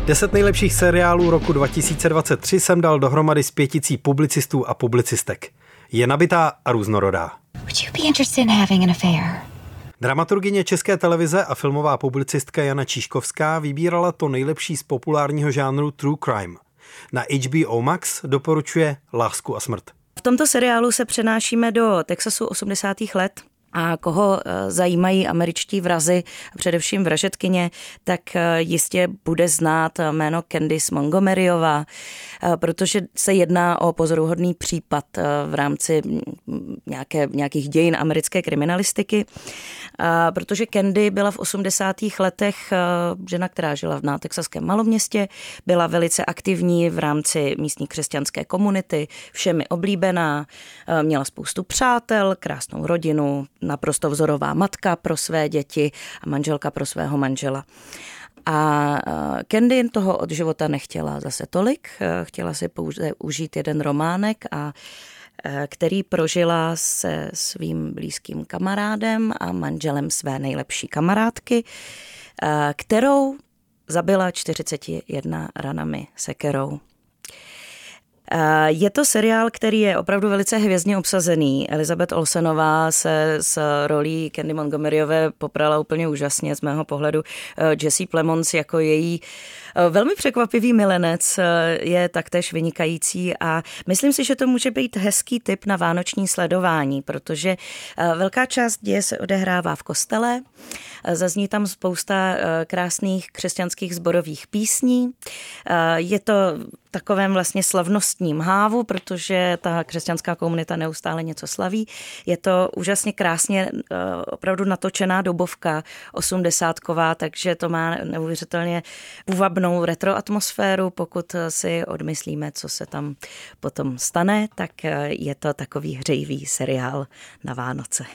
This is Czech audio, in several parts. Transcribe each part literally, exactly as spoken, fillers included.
Deset nejlepších seriálů roku dva tisíce dvacet tři jsem dal dohromady s pěticí publicistů a publicistek. Je nabitá a různorodá. Would you be interested in having an affair? Dramaturgyně České televize a filmová publicistka Jana Číškovská vybírala to nejlepší z populárního žánru True Crime. Na H B O Max doporučuje Lásku a smrt. V tomto seriálu se přenášíme do Texasu osmdesátých let. A koho zajímají američtí vrazi, především vražetkyně, tak jistě bude znát jméno Candice Montgomeryová, protože se jedná o pozoruhodný případ v rámci nějaké, nějakých dějin americké kriminalistiky, protože Candy byla v osmdesátých letech žena, která žila na texaském maloměstě, byla velice aktivní v rámci místní křesťanské komunity, všemi oblíbená, měla spoustu přátel, krásnou rodinu, naprosto vzorová matka pro své děti a manželka pro svého manžela. A Candy toho od života nechtěla zase tolik, chtěla si pouze užít jeden románek, a který prožila se svým blízkým kamarádem a manželem své nejlepší kamarádky, kterou zabila čtyřiceti jedna ranami sekerou. Je to seriál, který je opravdu velice hvězdně obsazený. Elizabeth Olsenová se s rolí Candy Montgomeryové poprala úplně úžasně z mého pohledu. Jesse Plemons jako její velmi překvapivý milenec je taktéž vynikající a myslím si, že to může být hezký tip na vánoční sledování, protože velká část děje se odehrává v kostele, zazní tam spousta krásných křesťanských sborových písní. Je to takovém vlastně slavnostním hávu, protože ta křesťanská komunita neustále něco slaví. Je to úžasně krásně opravdu natočená dobovka osmdesátková, takže to má neuvěřitelně půvabnou retro atmosféru. Pokud si odmyslíme, co se tam potom stane, tak je to takový hřejivý seriál na Vánoce.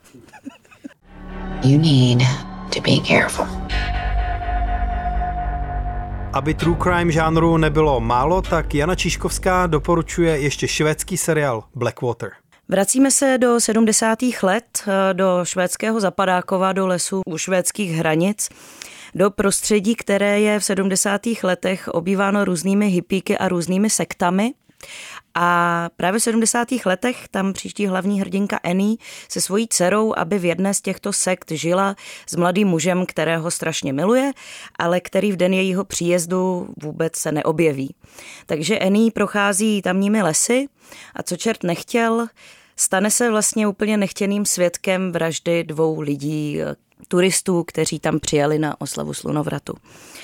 You need to be careful. Aby true crime žánru nebylo málo, tak Jana Číškovská doporučuje ještě švédský seriál Blackwater. Vracíme se do sedmdesátých let, do švédského Zapadákova, do lesů u švédských hranic, do prostředí, které je v sedmdesátých letech obýváno různými hippíky a různými sektami. A právě v sedmdesátých letech tam příští hlavní hrdinka Annie se svojí dcerou, aby v jedné z těchto sekt žila s mladým mužem, kterého strašně miluje, ale který v den jejího příjezdu vůbec se neobjeví. Takže Annie prochází tamními lesy a co čert nechtěl, stane se vlastně úplně nechtěným svědkem vraždy dvou lidí, turistů, kteří tam přijeli na oslavu slunovratu.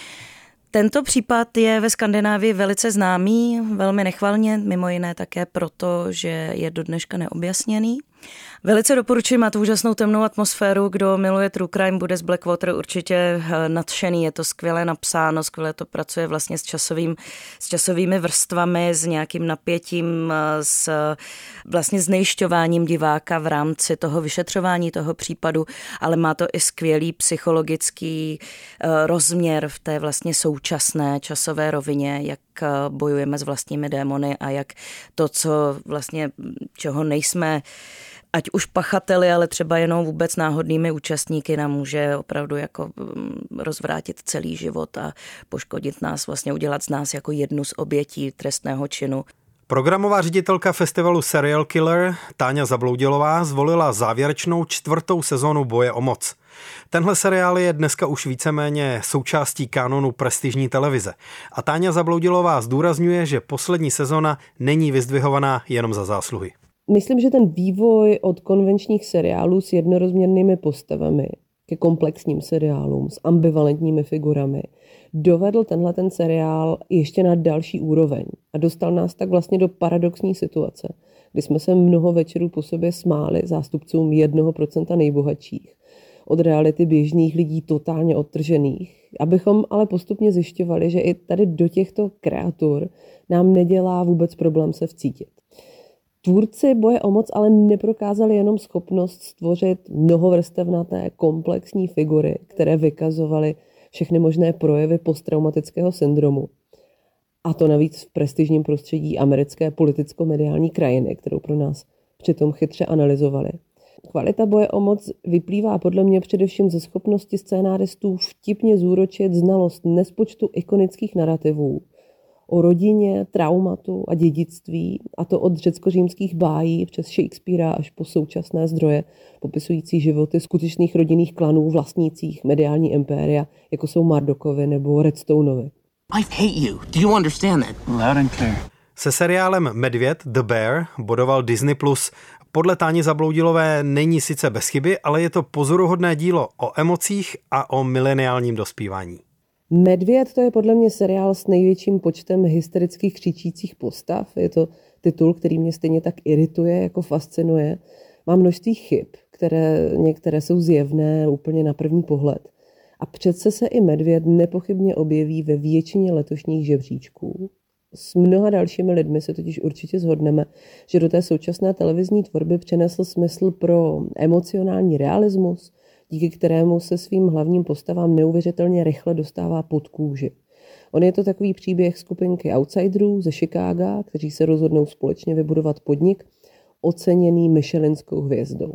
Tento případ je ve Skandinávii velice známý, velmi nechvalně, mimo jiné také proto, že je do dneška neobjasněný. Velice doporučuji, má tu úžasnou temnou atmosféru, kdo miluje True Crime, bude z Blackwater určitě nadšený, je to skvěle napsáno, skvěle to pracuje vlastně s, časovým, s časovými vrstvami, s nějakým napětím, s vlastně znejišťováním diváka v rámci toho vyšetřování toho případu, ale má to i skvělý psychologický rozměr v té vlastně současné časové rovině, jak bojujeme s vlastními démony a jak to, co vlastně, čeho nejsme ať už pachateli, ale třeba jenom vůbec náhodnými účastníky, nám může opravdu jako rozvrátit celý život a poškodit nás, vlastně udělat z nás jako jednu z obětí trestného činu. Programová ředitelka festivalu Serial Killer Táňa Zabloudilová zvolila závěrečnou čtvrtou sezónu Boje o moc. Tenhle seriál je dneska už víceméně součástí kánonu prestižní televize. A Táňa Zabloudilová zdůrazňuje, že poslední sezóna není vyzdvihovaná jenom za zásluhy. Myslím, že ten vývoj od konvenčních seriálů s jednorozměrnými postavami ke komplexním seriálům s ambivalentními figurami dovedl tenhle ten seriál ještě na další úroveň a dostal nás tak vlastně do paradoxní situace, kdy jsme se mnoho večerů po sobě smáli zástupcům jednoho procenta nejbohatších, od reality běžných lidí totálně odtržených, abychom ale postupně zjišťovali, že i tady do těchto kreatur nám nedělá vůbec problém se vcítit. Tvůrci Boje o moc ale neprokázali jenom schopnost stvořit mnohovrstevnaté komplexní figury, které vykazovaly všechny možné projevy posttraumatického syndromu. A to navíc v prestižním prostředí americké politicko-mediální krajiny, kterou pro nás přitom chytře analyzovali. Kvalita Boje o moc vyplývá podle mě především ze schopnosti scénáristů vtipně zúročit znalost nespočtu ikonických narrativů o rodině, traumatu a dědictví, a to od řecko-římských bájí přes Shakespearea až po současné zdroje popisující životy skutečných rodinných klanů vlastnících mediální impéria, jako jsou Murdochovy nebo Redstoneovi. I hate you. Do you understand that? Loud and clear. Se seriálem Medvěd The Bear bodoval Disney plus. Podle Táni Zabloudilové není sice bez chyby, ale je to pozoruhodné dílo o emocích a o mileniálním dospívání. Medvěd, to je podle mě seriál s největším počtem hysterických křičících postav. Je to titul, který mě stejně tak irituje, jako fascinuje. Má množství chyb, které některé jsou zjevné úplně na první pohled. A přece se i Medvěd nepochybně objeví ve většině letošních žebříčků. S mnoha dalšími lidmi se totiž určitě shodneme, že do té současné televizní tvorby přinesl smysl pro emocionální realismus, díky kterému se svým hlavním postavám neuvěřitelně rychle dostává pod kůži. On je to takový příběh skupinky outsiderů ze Chicaga, kteří se rozhodnou společně vybudovat podnik, oceněný Michelinskou hvězdou.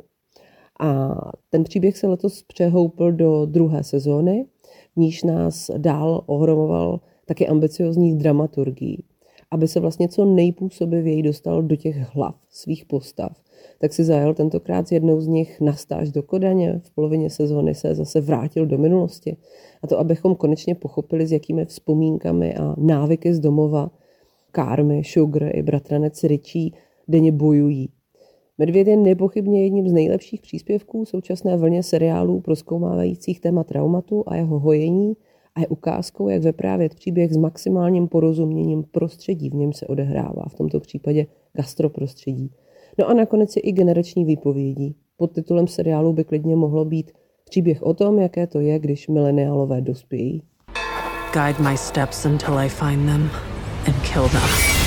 A ten příběh se letos přehoupl do druhé sezóny, v níž nás dál ohromoval taky ambiciozní dramaturgií. Aby se vlastně co nejpůsobivěji dostal do těch hlav svých postav, tak si zajel tentokrát s jednou z nich na stáž do Kodaně. V polovině sezóny se zase vrátil do minulosti. A to, abychom konečně pochopili, s jakými vzpomínkami a návyky z domova Carmy, Sugar i bratranec Richie denně bojují. Medvěd je nepochybně jedním z nejlepších příspěvků současné vlně seriálů prozkoumávajících téma traumatu a jeho hojení a je ukázkou, jak vyprávět příběh s maximálním porozuměním prostředí, v něm se odehrává, v tomto případě gastroprostředí. No a nakonec je i generační výpovědí. Pod titulem seriálu by klidně mohlo být příběh o tom, jaké to je, když mileniálové dospějí. Guide my steps until I find them and kill them.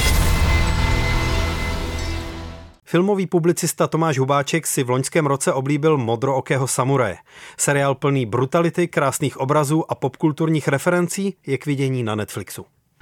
Filmový publicista Tomáš Hubáček si v loňském roce oblíbil Modrookého samuraje. Seriál plný brutality, krásných obrazů a popkulturních referencí je k vidění na Netflixu.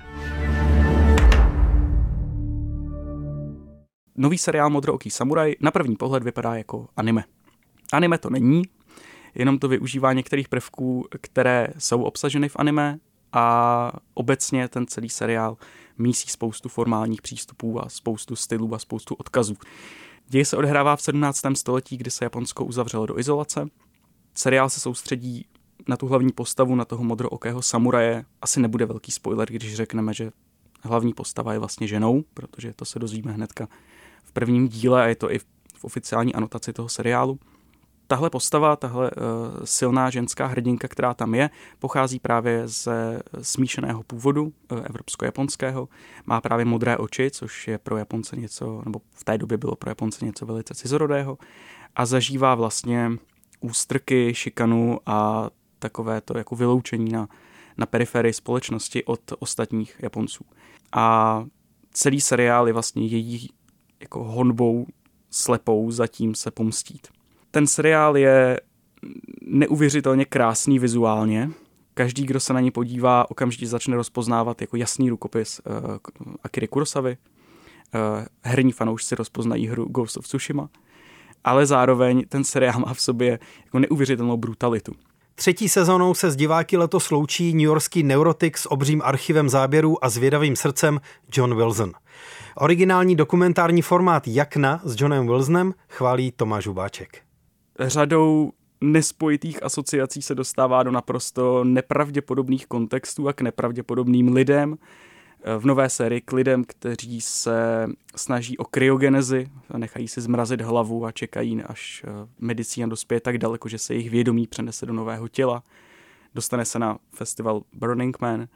Nový seriál Modrooký samuraj na první pohled vypadá jako anime. Anime to není, jenom to využívá některých prvků, které jsou obsaženy v anime a obecně ten celý seriál mísí spoustu formálních přístupů a spoustu stylů a spoustu odkazů. Děj se odehrává v sedmnáctém století, kdy se Japonsko uzavřelo do izolace. Seriál se soustředí na tu hlavní postavu, na toho modrookého samuraje. Asi nebude velký spoiler, když řekneme, že hlavní postava je vlastně ženou, protože to se dozvíme hnedka v prvním díle a je to i v oficiální anotaci toho seriálu. Tahle postava, tahle uh, silná ženská hrdinka, která tam je, pochází právě ze smíšeného původu, uh, evropsko-japonského. Má právě modré oči, což je pro Japonce něco, nebo v té době bylo pro Japonce něco velice cizorodého. A zažívá vlastně ústrky, šikanu a takové to jako vyloučení na, na periferii společnosti od ostatních Japonců. A celý seriál je vlastně její jako honbou slepou zatím se pomstít. Ten seriál je neuvěřitelně krásný vizuálně. Každý, kdo se na ně podívá, okamžitě začne rozpoznávat jako jasný rukopis uh, Akiry Kurosavy. Uh, herní fanoušci rozpoznají hru Ghost of Tsushima. Ale zároveň ten seriál má v sobě jako neuvěřitelnou brutalitu. Třetí sezónou se s diváky letos loučí newyorský neurotik s obřím archivem záběrů a zvědavým srdcem John Wilson. Originální dokumentární formát Jakna s Johnem Wilsonem chválí Tomáš Hubáček. Řadou nespojitých asociací se dostává do naprosto nepravděpodobných kontextů a k nepravděpodobným lidem. V nové sérii k lidem, kteří se snaží o kryogenezi, nechají si zmrazit hlavu a čekají, až medicína dospěje tak daleko, že se jejich vědomí přenese do nového těla. Dostane se na festival Burning Man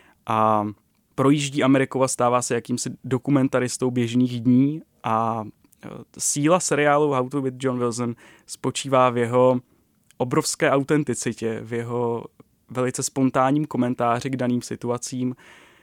a projíždí Amerikou a stává se jakýmsi dokumentaristou běžných dní a síla seriálu How to with John Wilson spočívá v jeho obrovské autenticitě, v jeho velice spontánním komentáři k daným situacím,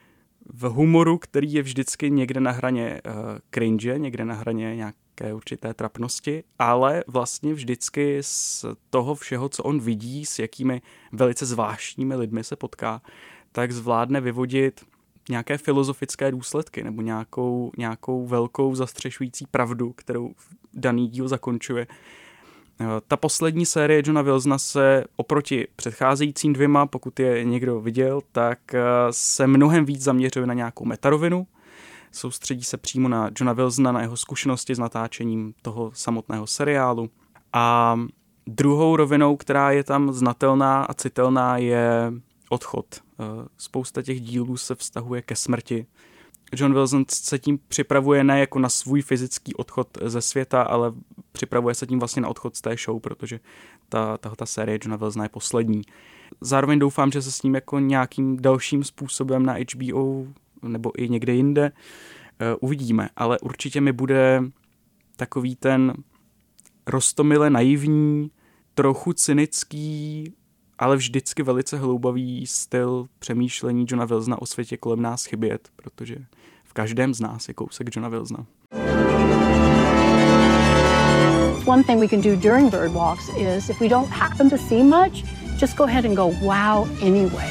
v humoru, který je vždycky někde na hraně uh, cringe, někde na hraně nějaké určité trapnosti, ale vlastně vždycky z toho všeho, co on vidí, s jakými velice zvláštními lidmi se potká, tak zvládne vyvodit nějaké filozofické důsledky nebo nějakou, nějakou velkou zastřešující pravdu, kterou daný díl zakončuje. Ta poslední série Johna Wilsona se oproti předcházejícím dvěma, pokud je někdo viděl, tak se mnohem víc zaměřuje na nějakou metarovinu. Soustředí se přímo na Johna Wilsona, na jeho zkušenosti s natáčením toho samotného seriálu. A druhou rovinou, která je tam znatelná a citelná, je odchod. Spousta těch dílů se vztahuje ke smrti. John Wilson se tím připravuje ne jako na svůj fyzický odchod ze světa, ale připravuje se tím vlastně na odchod z té show, protože ta, ta, ta série Johna Wilsona je poslední. Zároveň doufám, že se s ním jako nějakým dalším způsobem na H B O nebo i někde jinde uh, uvidíme, ale určitě mi bude takový ten roztomile naivní, trochu cynický, ale vždycky velice hloubavý styl přemýšlení Johna Wilsona o světě kolem nás chybět, protože v každém z nás je kousek Johna Wilsona. One thing we can do during bird walks is if we don't happen to see much, just go ahead and go wow anyway.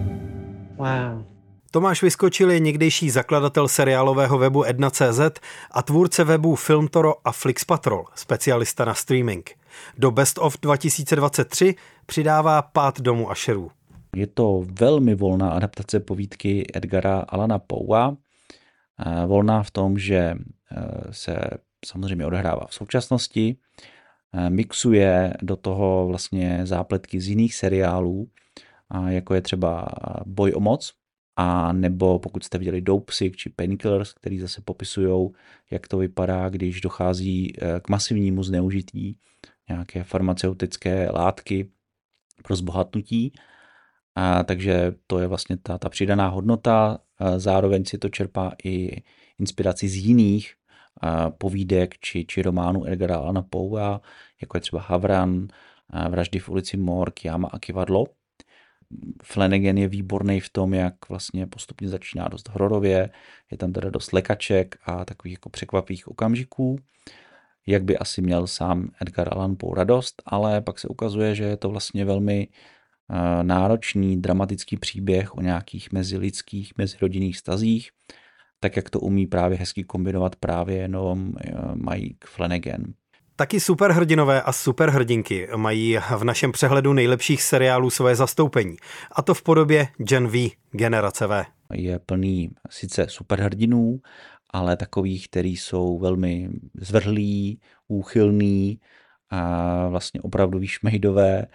Wow. Tomáš Vyskočil je někdejší zakladatel seriálového webu Edna tečka cé zet a tvůrce webu Filmtoro a Flixpatrol, specialista na streaming. Do Best of dva tisíce dvacet tři přidává Pád domu Asherů. Je to velmi volná adaptace povídky Edgara Allana Poea. Volná v tom, že se samozřejmě odehrává v současnosti, mixuje do toho vlastně zápletky z jiných seriálů, jako je třeba Boj o moc, a nebo pokud jste viděli Dope Sick či Painkillers, který zase popisují, jak to vypadá, když dochází k masivnímu zneužití nějaké farmaceutické látky pro zbohatnutí. A takže to je vlastně ta, ta přidaná hodnota. A zároveň si to čerpá i inspiraci z jiných a povídek či, či románů Edgara Allana Poea, jako je třeba Havran, Vraždy v ulici Morgue, Jáma a kivadlo. Flanagan je výborný v tom, jak vlastně postupně začíná dost hororově, je tam teda dost lekaček a takových jako překvapivých okamžiků, jak by asi měl sám Edgar Allan Poe radost, ale pak se ukazuje, že je to vlastně velmi uh, náročný, dramatický příběh o nějakých mezilidských, mezirodinných vztazích, tak jak to umí právě hezky kombinovat právě jenom uh, Mike Flanagan. Taky superhrdinové a superhrdinky mají v našem přehledu nejlepších seriálů svoje zastoupení. A to v podobě Gen V, generace V. Je plný sice superhrdinů, ale takových, kteří jsou velmi zvrhlí, úchylní a vlastně opravdu šmejdové,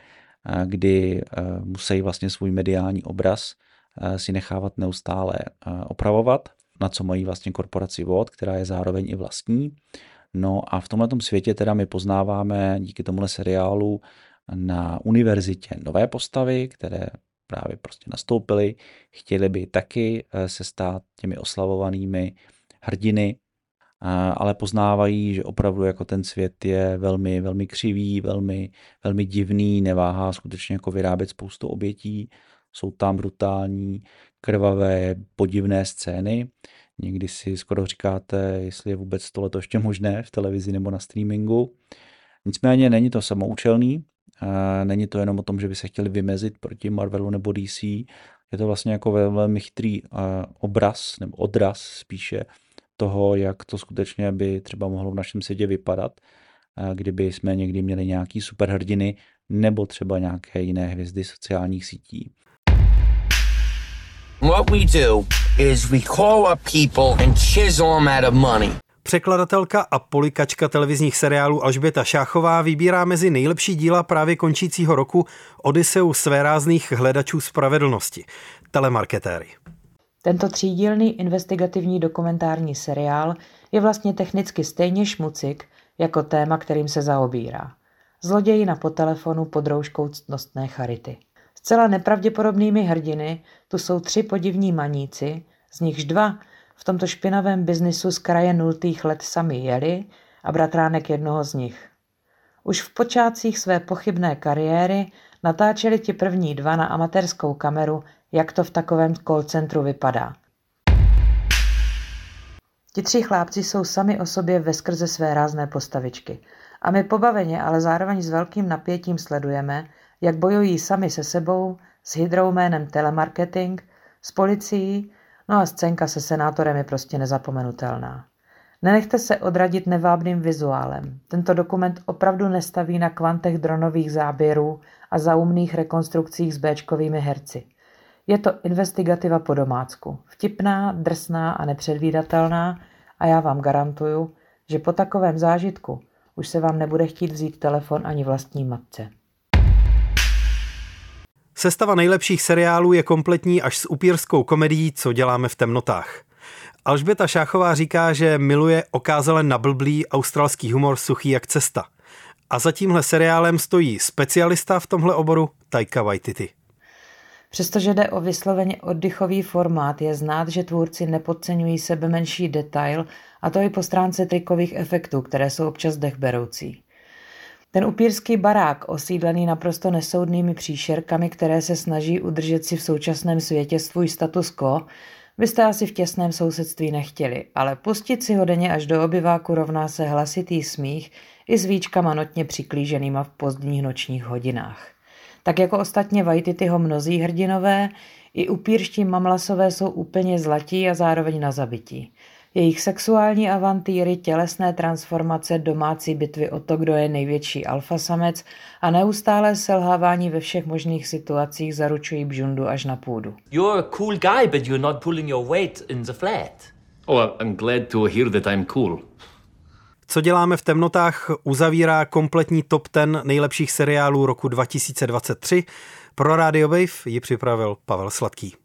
kdy musí vlastně svůj mediální obraz si nechávat neustále opravovat, na co mají vlastně korporaci V O D, která je zároveň i vlastní. No a v tomhletom světě teda my poznáváme díky tomuhle seriálu na univerzitě nové postavy, které právě prostě nastoupily, chtěli by taky se stát těmi oslavovanými hrdiny, ale poznávají, že opravdu jako ten svět je velmi, velmi křivý, velmi, velmi divný, neváhá skutečně jako vyrábět spoustu obětí, jsou tam brutální, krvavé, podivné scény. Někdy si skoro říkáte, jestli je vůbec tohleto ještě možné v televizi nebo na streamingu. Nicméně není to samoučelný, není to jenom o tom, že by se chtěli vymezit proti Marvelu nebo D C, je to vlastně jako velmi chytrý obraz nebo odraz spíše toho, jak to skutečně by třeba mohlo v našem světě vypadat, kdyby jsme někdy měli nějaký superhrdiny nebo třeba nějaké jiné hvězdy sociálních sítí. What we do is we call up people and chisel them out of money. Překladatelka a polikačka televizních seriálů Alžběta Šáchová vybírá mezi nejlepší díla právě končícího roku Odysseu svérázných hledačů spravedlnosti, telemarketéry. Tento třídílný investigativní dokumentární seriál je vlastně technicky stejně šmucik jako téma, kterým se zaobírá. Zlodějina po telefonu pod rouškou ctnostné charity. Zcela nepravděpodobnými hrdiny tu jsou tři podivní maníci, z nichž dva v tomto špinavém biznisu z kraje nultých let sami jeli a bratránek jednoho z nich. Už v počátcích své pochybné kariéry natáčeli ti první dva na amatérskou kameru, jak to v takovém call centru vypadá. Ti tři chlápci jsou sami o sobě veskrze své rázné postavičky a my pobaveně, ale zároveň s velkým napětím sledujeme, jak bojují sami se sebou, s hydrou jménem telemarketing, s policií, no a scénka se senátorem je prostě nezapomenutelná. Nenechte se odradit nevábným vizuálem. Tento dokument opravdu nestaví na kvantech dronových záběrů a zaumných rekonstrukcích s béčkovými herci. Je to investigativa po domácku. Vtipná, drsná a nepředvídatelná a já vám garantuju, že po takovém zážitku už se vám nebude chtít vzít telefon ani vlastní matce. Sestava nejlepších seriálů je kompletní až s upírskou komedií Co děláme v temnotách. Alžběta Šáchová říká, že miluje okázale nablblý australský humor suchý jak cesta. A za tímhle seriálem stojí specialista v tomhle oboru Taika Waititi. Přestože jde o vysloveně oddychový formát, je znát, že tvůrci nepodceňují sebe menší detail, a to i po stránce trikových efektů, které jsou občas dechberoucí. Ten upírský barák, osídlený naprosto nesoudnými příšerkami, které se snaží udržet si v současném světě svůj status quo, byste asi v těsném sousedství nechtěli, ale pustit si ho denně až do obyváku rovná se hlasitý smích i s víčkama notně přiklíženýma v pozdních nočních hodinách. Tak jako ostatně Waititiho mnozí hrdinové, i upírští mamlasové jsou úplně zlatí a zároveň na zabití. Jejich sexuální avantýry, tělesné transformace, domácí bitvy o to, kdo je největší alfasamec a neustálé selhávání ve všech možných situacích zaručují bžundu až na půdu. You're a cool guy, but you're not pulling your weight in the flat. Oh, I'm glad to hear that I'm cool. Co děláme v temnotách uzavírá kompletní top deset nejlepších seriálů roku dva tisíce dvacet tři. Pro Radio Wave ji připravil Pavel Sladký.